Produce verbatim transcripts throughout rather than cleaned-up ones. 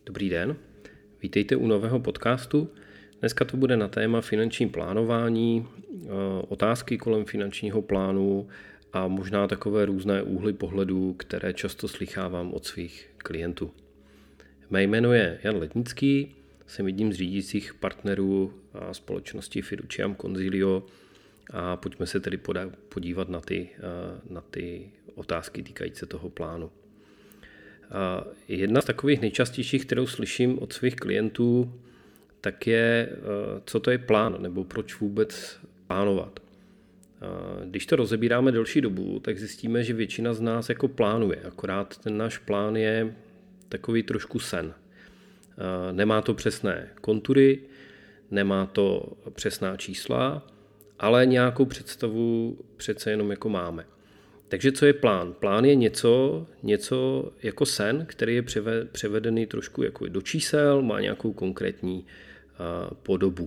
Dobrý den, vítejte u nového podcastu. Dneska to bude na téma finanční plánování, otázky kolem finančního plánu a možná takové různé úhly pohledu, které často slychávám od svých klientů. Mé jméno je Jan Letnický, jsem jedním z řídících partnerů společnosti Fiduciam Consilio a pojďme se tedy podívat na ty, na ty otázky týkající se toho plánu. Jedna z takových nejčastějších, kterou slyším od svých klientů, tak je, co to je plán, nebo proč vůbec plánovat. Když to rozebíráme delší dobu, tak zjistíme, že většina z nás jako plánuje, akorát ten náš plán je takový trošku sen. Nemá to přesné kontury, nemá to přesná čísla, ale nějakou představu přece jenom jako máme. Takže co je plán? Plán je něco, něco jako sen, který je převedený trošku jako do čísel, má nějakou konkrétní uh, podobu. Uh,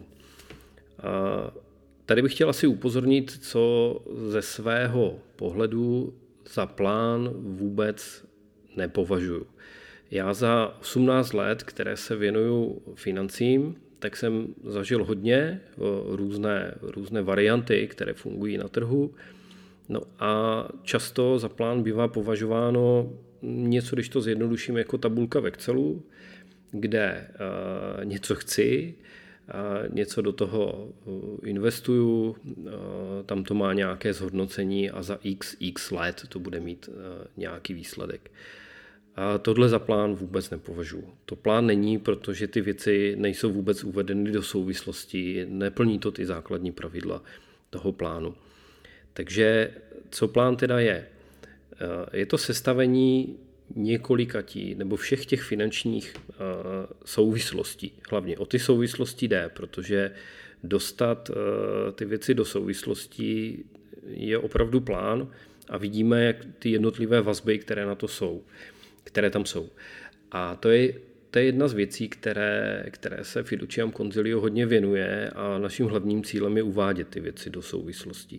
tady bych chtěl asi upozornit, co ze svého pohledu za plán vůbec nepovažuji. Já za osmnáct let, které se věnuju financím, tak jsem zažil hodně různé, různé varianty, které fungují na trhu. No a často za plán bývá považováno něco, když to zjednoduším, jako tabulka v Excelu, kde uh, něco chci, uh, něco do toho investuju, uh, tam to má nějaké zhodnocení a za x, x let to bude mít uh, nějaký výsledek. A tohle za plán vůbec nepovažuji. To plán není, protože ty věci nejsou vůbec uvedeny do souvislosti, neplní to ty základní pravidla toho plánu. Takže co plán teda je? Je to sestavení několikatí nebo všech těch finančních souvislostí. Hlavně o ty souvislosti jde, protože dostat ty věci do souvislostí je opravdu plán a vidíme, jak ty jednotlivé vazby, které na to jsou, které tam jsou. A to je, to je jedna z věcí, které, které se Fiduciam Consilio hodně věnuje a naším hlavním cílem je uvádět ty věci do souvislostí.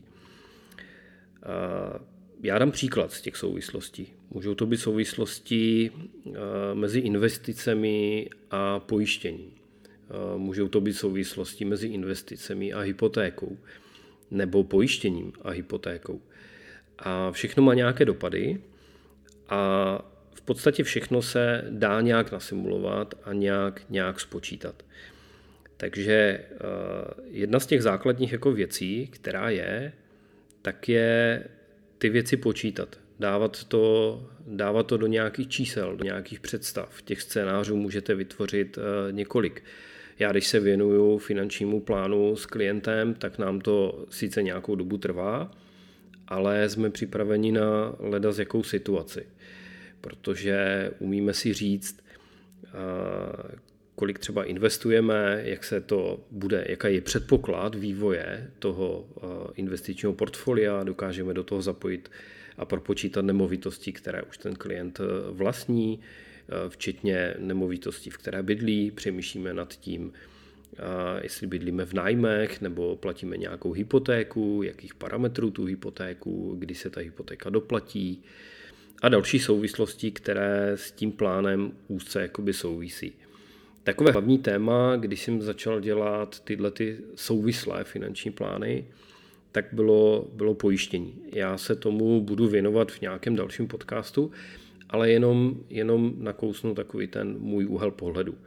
Já dám příklad z těch souvislostí. Můžou to být souvislosti mezi investicemi a pojištěním. Můžou to být souvislosti mezi investicemi a hypotékou nebo pojištěním a hypotékou. A všechno má nějaké dopady a v podstatě všechno se dá nějak nasimulovat a nějak, nějak spočítat. Takže jedna z těch základních jako věcí, která je, tak je ty věci počítat. Dávat to, dávat to do nějakých čísel, do nějakých představ. Těch scénářů můžete vytvořit několik. Já když se věnuju finančnímu plánu s klientem, tak nám to sice nějakou dobu trvá, ale jsme připraveni na ledas jakou situaci. Protože umíme si říct, kolik třeba investujeme, jak se to bude, jaká je předpoklad vývoje toho investičního portfolia, dokážeme do toho zapojit a propočítat nemovitosti, které už ten klient vlastní, včetně nemovitostí, v které bydlí, přemýšlíme nad tím, jestli bydlíme v nájmech nebo platíme nějakou hypotéku, jakých parametrů tu hypotéku, kdy se ta hypotéka doplatí a další souvislosti, které s tím plánem úzce jakoby souvisí. Takové hlavní téma, když jsem začal dělat tyhle ty souvislé finanční plány, tak bylo, bylo pojištění. Já se tomu budu věnovat v nějakém dalším podcastu, ale jenom, jenom nakousnu takový ten můj úhel pohledu.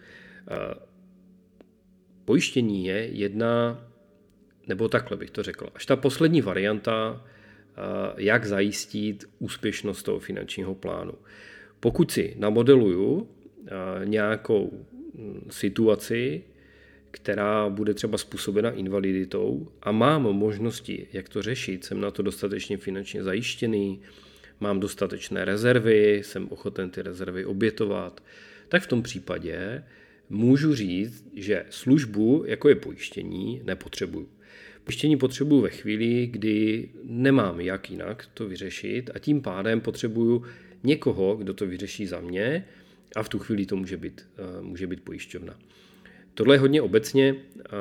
Pojištění je jedna, nebo takhle bych to řekl, až ta poslední varianta, jak zajistit úspěšnost toho finančního plánu. Pokud si namodeluju nějakou situaci, která bude třeba způsobena invaliditou a mám možnosti, jak to řešit, jsem na to dostatečně finančně zajištěný, mám dostatečné rezervy, jsem ochoten ty rezervy obětovat, tak v tom případě můžu říct, že službu, jako je pojištění, nepotřebuju. Pojištění potřebuju ve chvíli, kdy nemám jak jinak to vyřešit a tím pádem potřebuju někoho, kdo to vyřeší za mě, a v tu chvíli to může být, může být pojišťovna. Tohle je hodně obecně.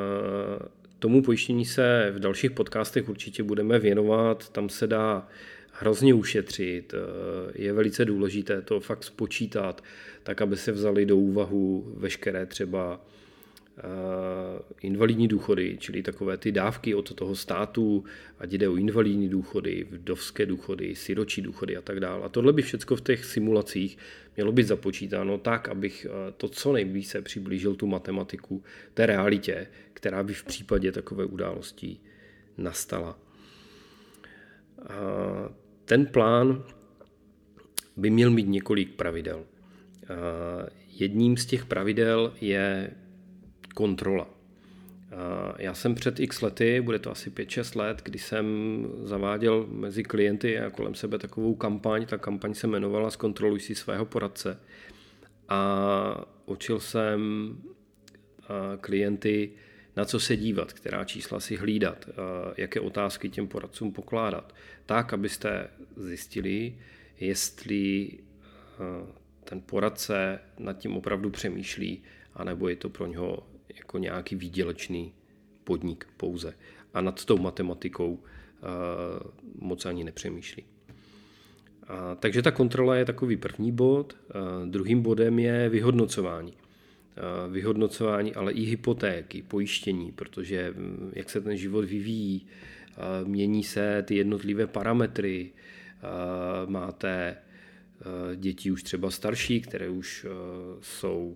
Tomu pojištění se v dalších podcastech určitě budeme věnovat. Tam se dá hrozně ušetřit. Je velice důležité to fakt spočítat, tak aby se vzali do úvahu veškeré třeba invalidní důchody, čili takové ty dávky od toho státu, ať jde o invalidní důchody, vdovské důchody, siročí důchody a tak dále. A tohle by všechno v těch simulacích mělo být započítáno tak, abych to co nejvíce přiblížil tu matematiku té realitě, která by v případě takové události nastala. A ten plán by měl mít několik pravidel. A jedním z těch pravidel je kontrola. Já jsem před x lety, bude to asi pět šest let, kdy jsem zaváděl mezi klienty a kolem sebe takovou kampaň. Ta kampaň se jmenovala Zkontroluj si svého poradce. A učil jsem klienty, na co se dívat, která čísla si hlídat, jaké otázky těm poradcům pokládat. Tak, abyste zjistili, jestli ten poradce nad tím opravdu přemýšlí, anebo je to pro něho jako nějaký výdělečný podnik pouze. A nad tou matematikou uh, moc ani nepřemýšlí. Uh, takže ta kontrola je takový první bod. Uh, druhým bodem je vyhodnocování. Uh, vyhodnocování, ale i hypotéky, pojištění, protože um, jak se ten život vyvíjí, uh, mění se ty jednotlivé parametry. Uh, máte uh, děti už třeba starší, které už uh, jsou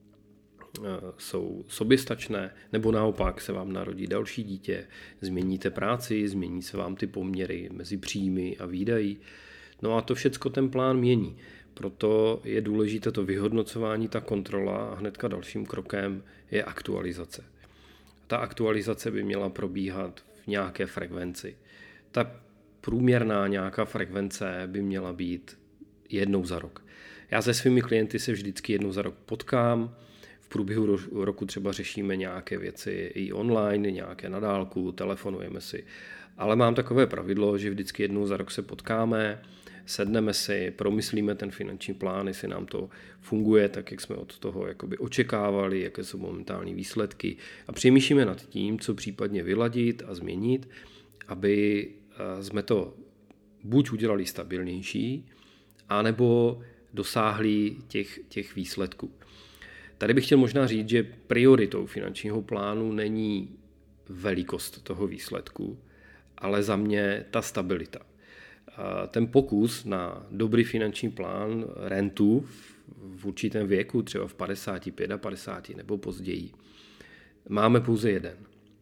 jsou soběstačné, nebo naopak se vám narodí další dítě, změníte práci, změní se vám ty poměry mezi příjmy a výdaji. No a to všecko ten plán mění. Proto je důležité to vyhodnocování, ta kontrola a hnedka dalším krokem je aktualizace. Ta aktualizace by měla probíhat v nějaké frekvenci. Ta průměrná nějaká frekvence by měla být jednou za rok. Já se svými klienty se vždycky jednou za rok potkám. V průběhu roku třeba řešíme nějaké věci i online, nějaké na dálku, telefonujeme si. Ale mám takové pravidlo, že vždycky jednou za rok se potkáme, sedneme si, promyslíme ten finanční plán, jestli nám to funguje tak, jak jsme od toho jakoby očekávali, jaké jsou momentální výsledky a přemýšlíme nad tím, co případně vyladit a změnit, aby jsme to buď udělali stabilnější, anebo dosáhli těch, těch výsledků. Tady bych chtěl možná říct, že prioritou finančního plánu není velikost toho výsledku, ale za mě ta stabilita. Ten pokus na dobrý finanční plán, rentu v určitém věku, třeba v padesáti, padesát pět nebo později, máme pouze jeden.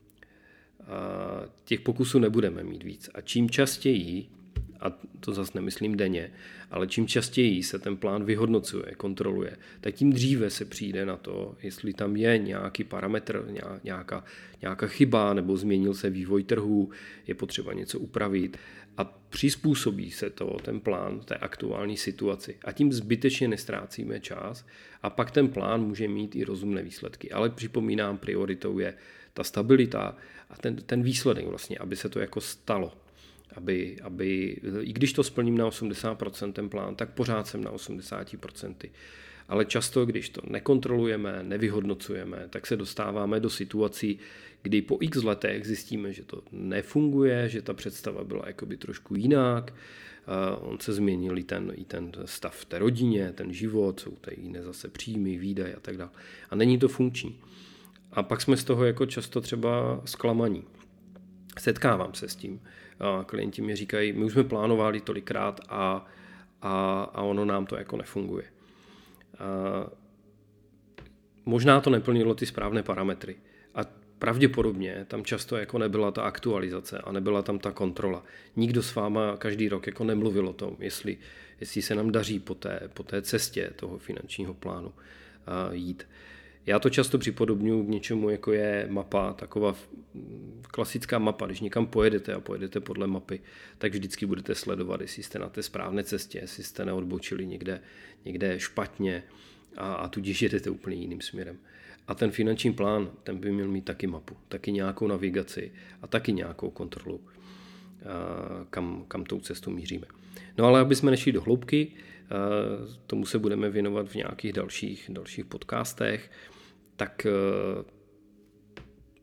Těch pokusů nebudeme mít víc. A čím častěji, a to zase nemyslím denně, ale čím častěji se ten plán vyhodnocuje, kontroluje, tak tím dříve se přijde na to, jestli tam je nějaký parametr, nějaká, nějaká chyba, nebo změnil se vývoj trhu, je potřeba něco upravit a přizpůsobí se to ten plán té aktuální situaci. A tím zbytečně nestrácíme čas a pak ten plán může mít i rozumné výsledky. Ale připomínám, prioritou je ta stabilita a ten, ten výsledek vlastně, aby se to jako stalo. Aby, aby, i když to splním na osmdesát procent ten plán, tak pořád jsem na osmdesát procent. Ale často, když to nekontrolujeme, nevyhodnocujeme, tak se dostáváme do situací, kdy po x letech zjistíme, že to nefunguje, že ta představa byla jakoby trošku jinak, on se změnil i ten, i ten stav v té rodině, ten život, jsou tady jiné zase příjmy, výdaje a tak dále. A není to funkční. A pak jsme z toho jako často třeba zklamaní. Setkávám se s tím. A klienti mi říkají, my už jsme plánovali tolikrát a, a, a ono nám to jako nefunguje. A možná to neplnilo ty správné parametry. A pravděpodobně tam často jako nebyla ta aktualizace a nebyla tam ta kontrola. Nikdo s váma každý rok jako nemluvil o tom, jestli, jestli se nám daří po té, po té cestě toho finančního plánu jít. Já to často připodobňuji k něčemu, jako je mapa, taková klasická mapa. Když někam pojedete a pojedete podle mapy, tak vždycky budete sledovat, jestli jste na té správné cestě, jestli jste neodbočili někde, někde špatně a, a tudíž jedete úplně jiným směrem. A ten finanční plán, ten by měl mít taky mapu, taky nějakou navigaci a taky nějakou kontrolu, kam, kam tou cestou míříme. No ale aby jsme nešli do hloubky, tomu se budeme věnovat v nějakých dalších, dalších podcastech, tak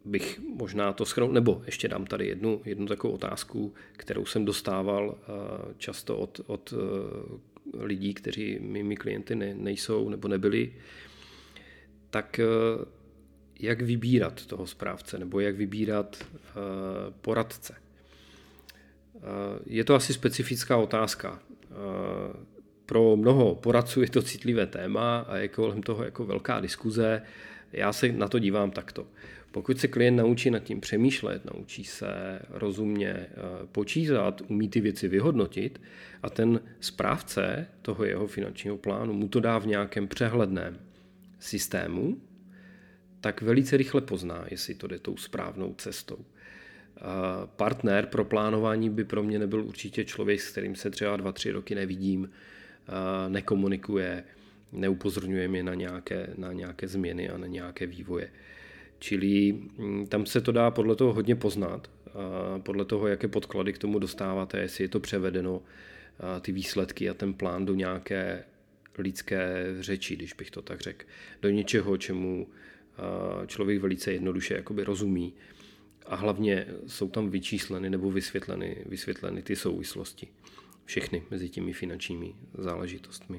bych možná to shrnul, nebo ještě dám tady jednu, jednu takovou otázku, kterou jsem dostával často od, od lidí, kteří mými klienty ne, nejsou nebo nebyli. Tak jak vybírat toho správce nebo jak vybírat poradce? Je to asi specifická otázka. Pro mnoho poradců je to citlivé téma a je kolem toho jako velká diskuze. Já se na to dívám takto. Pokud se klient naučí nad tím přemýšlet, naučí se rozumně počítat, umí ty věci vyhodnotit a ten správce toho jeho finančního plánu mu to dá v nějakém přehledném systému, tak velice rychle pozná, jestli to jde tou správnou cestou. Partner pro plánování by pro mě nebyl určitě člověk, s kterým se třeba dva, tři roky nevidím, nekomunikuje, neupozorňuje mě na nějaké, na nějaké změny a na nějaké vývoje. Čili tam se to dá podle toho hodně poznat, podle toho, jaké podklady k tomu dostáváte, jestli je to převedeno, ty výsledky a ten plán do nějaké lidské řeči, když bych to tak řekl, do něčeho, čemu člověk velice jednoduše jakoby rozumí a hlavně jsou tam vyčísleny nebo vysvětleny, vysvětleny ty souvislosti, všechny mezi těmi finančními záležitostmi.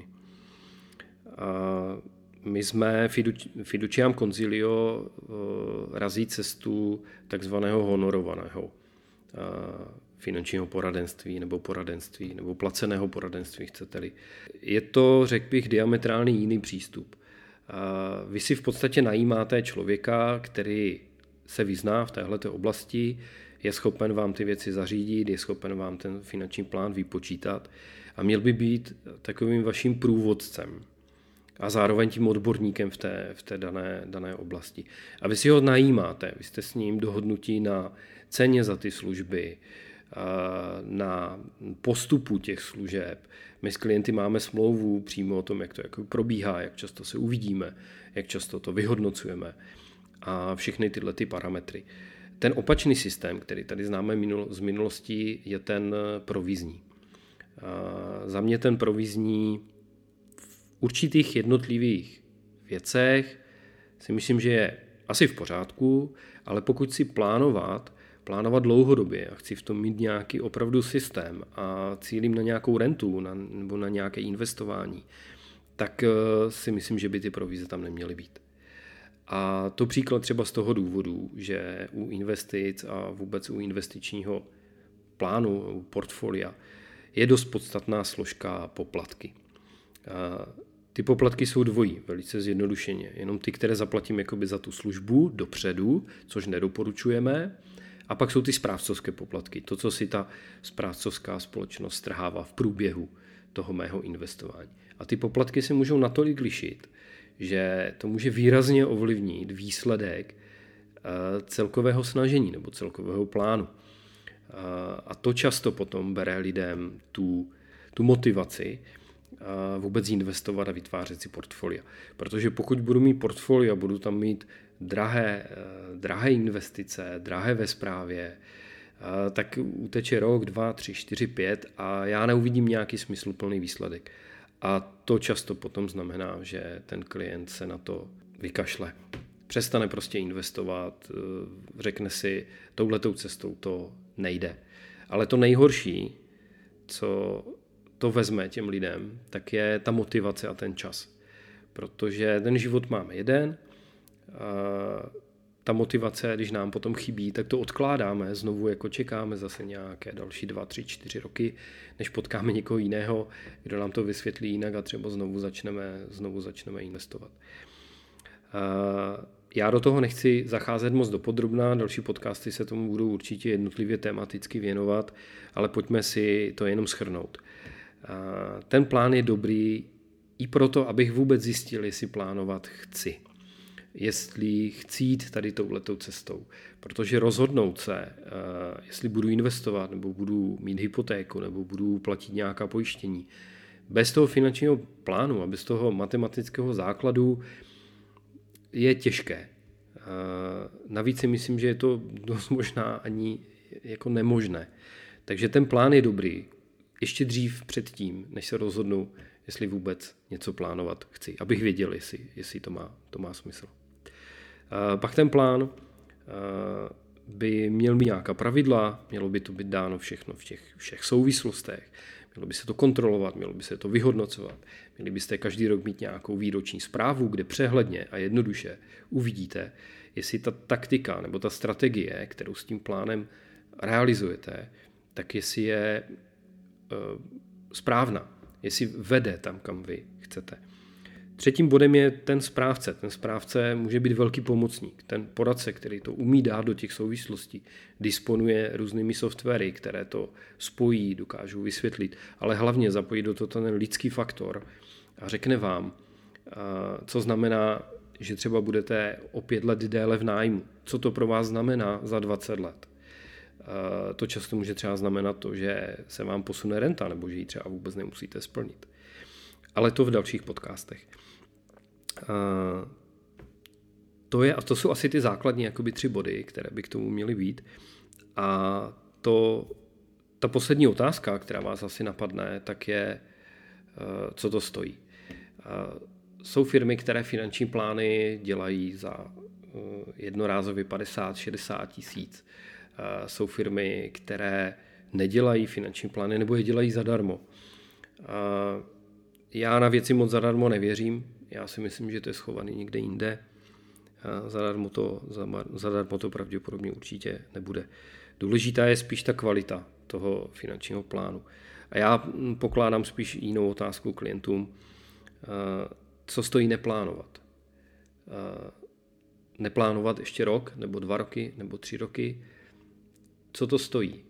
My jsme Fiduciam Consilio razí cestu takzvaného honorovaného finančního poradenství nebo poradenství nebo placeného poradenství, chcete-li. Je to, řekl bych, diametrálně jiný přístup. Vy si v podstatě najímáte člověka, který se vyzná v téhleté oblasti, je schopen vám ty věci zařídit, je schopen vám ten finanční plán vypočítat a měl by být takovým vaším průvodcem a zároveň tím odborníkem v té, v té dané, dané oblasti. A vy si ho najímáte, vy jste s ním dohodnutí na ceně za ty služby, na postupu těch služeb. My s klienty máme smlouvu přímo o tom, jak to jako probíhá, jak často se uvidíme, jak často to vyhodnocujeme a všechny tyhle ty parametry. Ten opačný systém, který tady známe z minulosti, je ten provizní. Za mě ten provizní v určitých jednotlivých věcech si myslím, že je asi v pořádku, ale pokud si plánovat, plánovat dlouhodobě a chci v tom mít nějaký opravdu systém a cílím na nějakou rentu na, nebo na nějaké investování, tak si myslím, že by ty provize tam neměly být. A to příklad třeba z toho důvodu, že u investic a vůbec u investičního plánu, u portfolia, je dost podstatná složka poplatky. A ty poplatky jsou dvojí, velice zjednodušeně. Jenom ty, které zaplatím jakoby za tu službu dopředu, což nedoporučujeme, a pak jsou ty správcovské poplatky, to, co si ta správcovská společnost strhává v průběhu toho mého investování. A ty poplatky se můžou natolik lišit, že to může výrazně ovlivnit výsledek celkového snažení nebo celkového plánu. A to často potom bere lidem tu, tu motivaci vůbec investovat a vytvářet si portfolia. Protože pokud budu mít portfolio, budu tam mít drahé, drahé investice, drahé ve správě, tak uteče rok, dva, tři, čtyři, pět a já neuvidím nějaký smysluplný výsledek. A to často potom znamená, že ten klient se na to vykašle. Přestane prostě investovat, řekne si, touhletou cestou to nejde. Ale to nejhorší, co to vezme těm lidem, tak je ta motivace a ten čas. Protože ten život máme jeden, a ta motivace, když nám potom chybí, tak to odkládáme, znovu jako čekáme zase nějaké další dva, tři, čtyři roky, než potkáme někoho jiného, kdo nám to vysvětlí jinak a třeba znovu začneme, znovu začneme investovat. Já do toho nechci zacházet moc dopodrobna, další podcasty se tomu budou určitě jednotlivě tematicky věnovat, ale pojďme si to jenom shrnout. Ten plán je dobrý i proto, abych vůbec zjistil, jestli plánovat chci. Jestli chci jít tady touhletou cestou. Protože rozhodnout se, jestli budu investovat, nebo budu mít hypotéku, nebo budu platit nějaká pojištění, bez toho finančního plánu a bez toho matematického základu je těžké. Navíc si myslím, že je to dost možná ani jako nemožné. Takže ten plán je dobrý. Ještě dřív předtím, než se rozhodnu, jestli vůbec něco plánovat chci, abych věděl, jestli, jestli to má, to má smysl. Pak ten plán by měl mít nějaká pravidla, mělo by to být dáno všechno v těch všech souvislostech, mělo by se to kontrolovat, mělo by se to vyhodnocovat, měli byste každý rok mít nějakou výroční zprávu, kde přehledně a jednoduše uvidíte, jestli ta taktika nebo ta strategie, kterou s tím plánem realizujete, tak jestli je uh, správná, jestli vede tam, kam vy chcete. Třetím bodem je ten správce. Ten správce může být velký pomocník. Ten poradce, který to umí dát do těch souvislostí, disponuje různými softwary, které to spojí, dokážou vysvětlit, ale hlavně zapojit do toho ten lidský faktor a řekne vám, co znamená, že třeba budete o pět let déle v nájmu. Co to pro vás znamená za dvacet let. To často může třeba znamenat to, že se vám posune renta, nebo že ji třeba vůbec nemusíte splnit. Ale to v dalších podcastech. Uh, to, je, a to jsou asi ty základní jakoby tři body, které by k tomu měly být. A to, ta poslední otázka, která vás asi napadne, tak je, uh, co to stojí. Uh, jsou firmy, které finanční plány dělají za uh, jednorázově padesát šedesát tisíc. Uh, jsou firmy, které nedělají finanční plány nebo je dělají zadarmo. Uh, Já na věci moc zadarmo nevěřím. Já si myslím, že to je schovaný někde jinde. Zadarmo to, zadarmo to pravděpodobně určitě nebude. Důležitá je spíš ta kvalita toho finančního plánu. A já pokládám spíš jinou otázku klientům. Co stojí neplánovat? Neplánovat ještě rok, nebo dva roky, nebo tři roky? Co to stojí?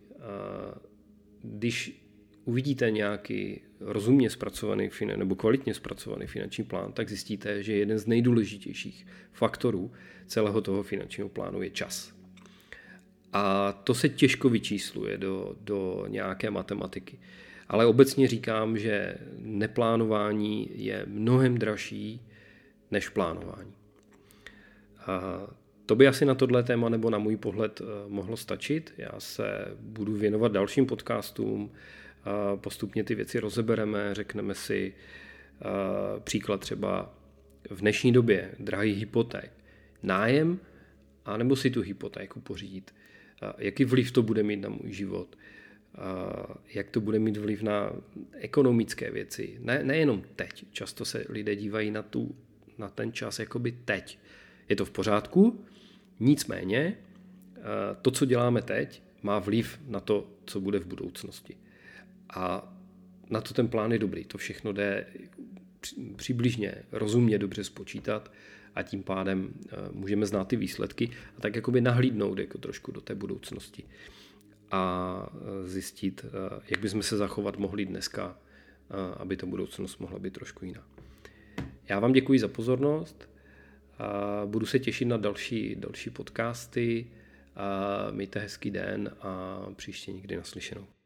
Když uvidíte nějaký rozumně zpracovaný nebo kvalitně zpracovaný finanční plán, tak zjistíte, že jeden z nejdůležitějších faktorů celého toho finančního plánu je čas. A to se těžko vyčísluje do, do nějaké matematiky. Ale obecně říkám, že neplánování je mnohem dražší než plánování. A to by asi na tohle téma nebo na můj pohled mohlo stačit. Já se budu věnovat dalším podcastům, postupně ty věci rozebereme, řekneme si příklad třeba v dnešní době drahých hypoték. Nájem, anebo si tu hypotéku pořídit. Jaký vliv to bude mít na můj život? Jak to bude mít vliv na ekonomické věci? Ne, nejenom teď. Často se lidé dívají na, tu, na ten čas jakoby teď. Je to v pořádku, nicméně to, co děláme teď, má vliv na to, co bude v budoucnosti. A na to ten plán je dobrý. To všechno jde přibližně rozumně dobře spočítat a tím pádem můžeme znát ty výsledky a tak jakoby nahlídnout jako trošku do té budoucnosti a zjistit, jak bychom se zachovat mohli dneska, aby ta budoucnost mohla být trošku jiná. Já vám děkuji za pozornost a budu se těšit na další, další podcasty. A mějte hezký den a příště někdy naslyšenou.